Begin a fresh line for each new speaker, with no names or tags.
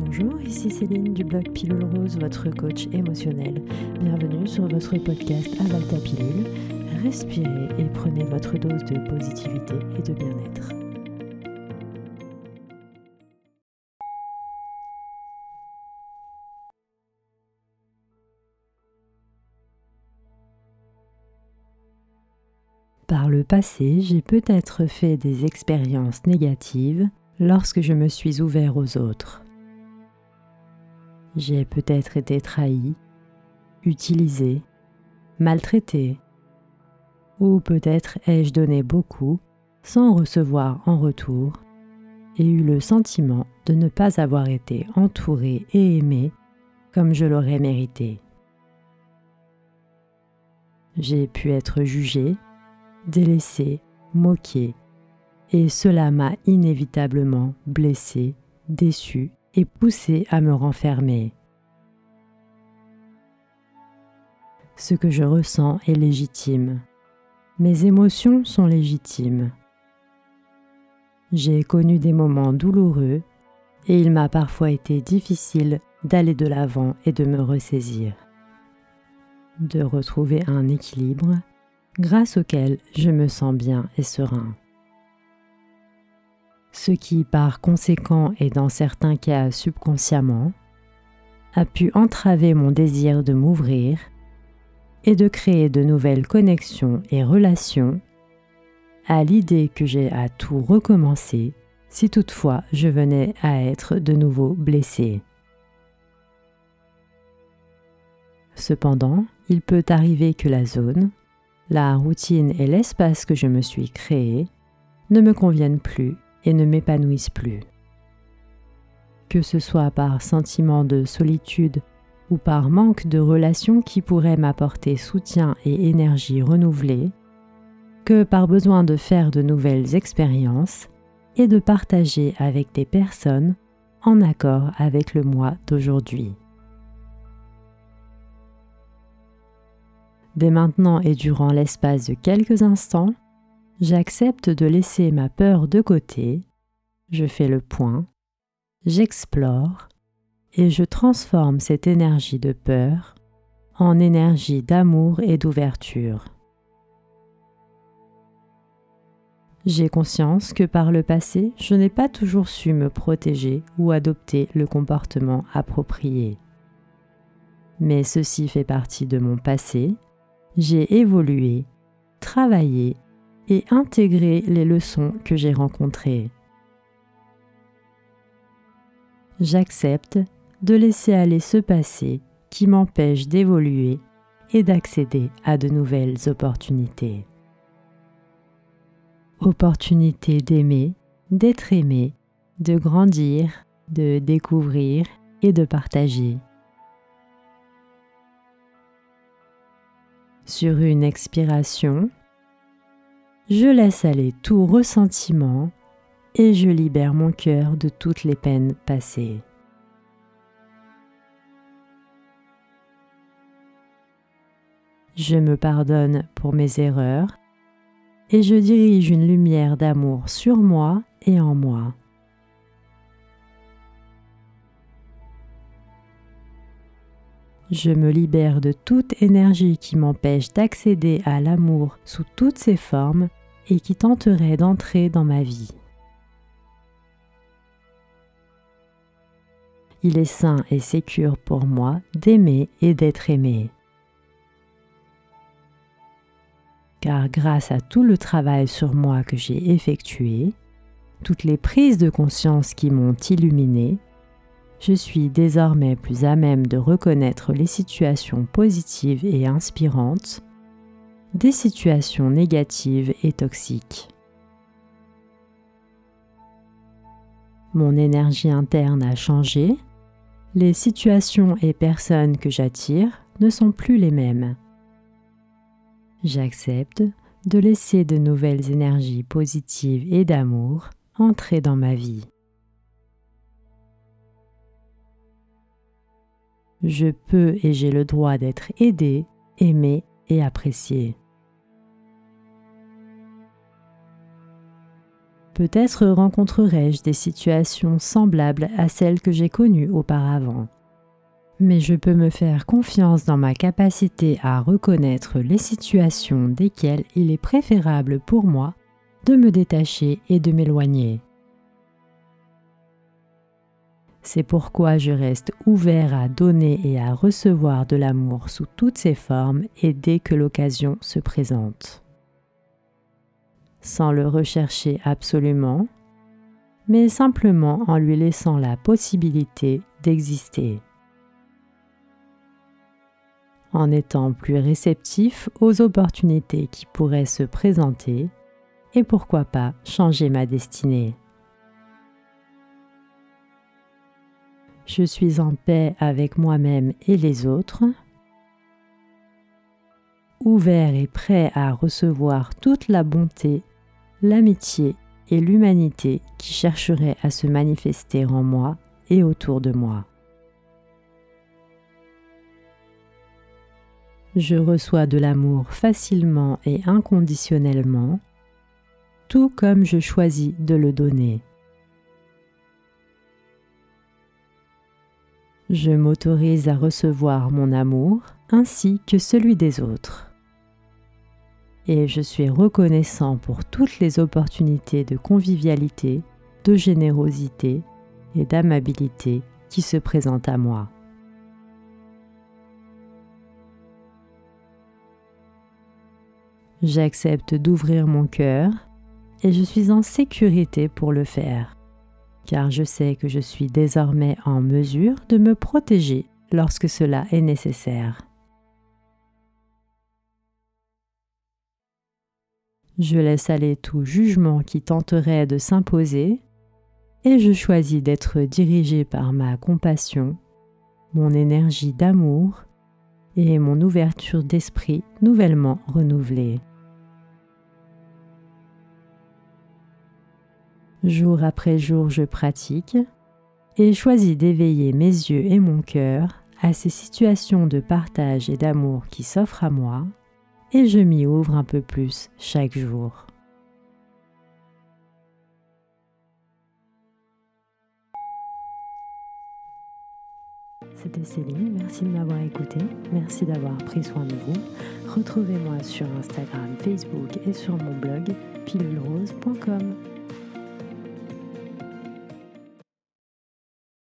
Bonjour, ici Céline du blog Pilule Rose, votre coach émotionnel. Bienvenue sur votre podcast Avale ta pilule. Respirez et prenez votre dose de positivité et de bien-être. Par le passé, j'ai peut-être fait des expériences négatives lorsque je me suis ouvert aux autres. J'ai peut-être été trahi, utilisé, maltraité, ou peut-être ai-je donné beaucoup sans recevoir en retour et eu le sentiment de ne pas avoir été entouré et aimé comme je l'aurais mérité. J'ai pu être jugé, délaissé, moqué, et cela m'a inévitablement blessé, déçu et poussé à me renfermer. Ce que je ressens est légitime. Mes émotions sont légitimes. J'ai connu des moments douloureux et il m'a parfois été difficile d'aller de l'avant et de me ressaisir, de retrouver un équilibre grâce auquel je me sens bien et serein. Ce qui, par conséquent et dans certains cas subconsciemment, a pu entraver mon désir de m'ouvrir et de créer de nouvelles connexions et relations à l'idée que j'ai à tout recommencer si toutefois je venais à être de nouveau blessé. Cependant, il peut arriver que la zone, la routine et l'espace que je me suis créé ne me conviennent plus et ne m'épanouissent plus. Que ce soit par sentiment de solitude ou par manque de relations qui pourraient m'apporter soutien et énergie renouvelée, que par besoin de faire de nouvelles expériences et de partager avec des personnes en accord avec le moi d'aujourd'hui. Dès maintenant et durant l'espace de quelques instants, j'accepte de laisser ma peur de côté, je fais le point, j'explore et je transforme cette énergie de peur en énergie d'amour et d'ouverture. J'ai conscience que par le passé, je n'ai pas toujours su me protéger ou adopter le comportement approprié. Mais ceci fait partie de mon passé, j'ai évolué, travaillé et intégré les leçons que j'ai rencontrées. J'accepte de laisser aller ce passé qui m'empêche d'évoluer et d'accéder à de nouvelles opportunités. Opportunités d'aimer, d'être aimé, de grandir, de découvrir et de partager. Sur une expiration, je laisse aller tout ressentiment et je libère mon cœur de toutes les peines passées. Je me pardonne pour mes erreurs et je dirige une lumière d'amour sur moi et en moi. Je me libère de toute énergie qui m'empêche d'accéder à l'amour sous toutes ses formes et qui tenterait d'entrer dans ma vie. Il est sain et sécure pour moi d'aimer et d'être aimé. Car grâce à tout le travail sur moi que j'ai effectué, toutes les prises de conscience qui m'ont illuminé, je suis désormais plus à même de reconnaître les situations positives et inspirantes, des situations négatives et toxiques. Mon énergie interne a changé, les situations et personnes que j'attire ne sont plus les mêmes. J'accepte de laisser de nouvelles énergies positives et d'amour entrer dans ma vie. Je peux et j'ai le droit d'être aidé, aimé et apprécié. Peut-être rencontrerai-je des situations semblables à celles que j'ai connues auparavant. Mais je peux me faire confiance dans ma capacité à reconnaître les situations desquelles il est préférable pour moi de me détacher et de m'éloigner. C'est pourquoi je reste ouvert à donner et à recevoir de l'amour sous toutes ses formes et dès que l'occasion se présente. Sans le rechercher absolument, mais simplement en lui laissant la possibilité d'exister. En étant plus réceptif aux opportunités qui pourraient se présenter et pourquoi pas changer ma destinée. Je suis en paix avec moi-même et les autres, ouvert et prêt à recevoir toute la bonté, l'amitié et l'humanité qui chercheraient à se manifester en moi et autour de moi. Je reçois de l'amour facilement et inconditionnellement, tout comme je choisis de le donner. Je m'autorise à recevoir mon amour ainsi que celui des autres. Et je suis reconnaissant pour toutes les opportunités de convivialité, de générosité et d'amabilité qui se présentent à moi. J'accepte d'ouvrir mon cœur et je suis en sécurité pour le faire, car je sais que je suis désormais en mesure de me protéger lorsque cela est nécessaire. Je laisse aller tout jugement qui tenterait de s'imposer et je choisis d'être dirigé par ma compassion, mon énergie d'amour et mon ouverture d'esprit nouvellement renouvelée. Jour après jour, je pratique et choisis d'éveiller mes yeux et mon cœur à ces situations de partage et d'amour qui s'offrent à moi et je m'y ouvre un peu plus chaque jour. C'était Céline, merci de m'avoir écouté, merci d'avoir pris soin de vous. Retrouvez-moi sur Instagram, Facebook et sur mon blog pilulerose.com.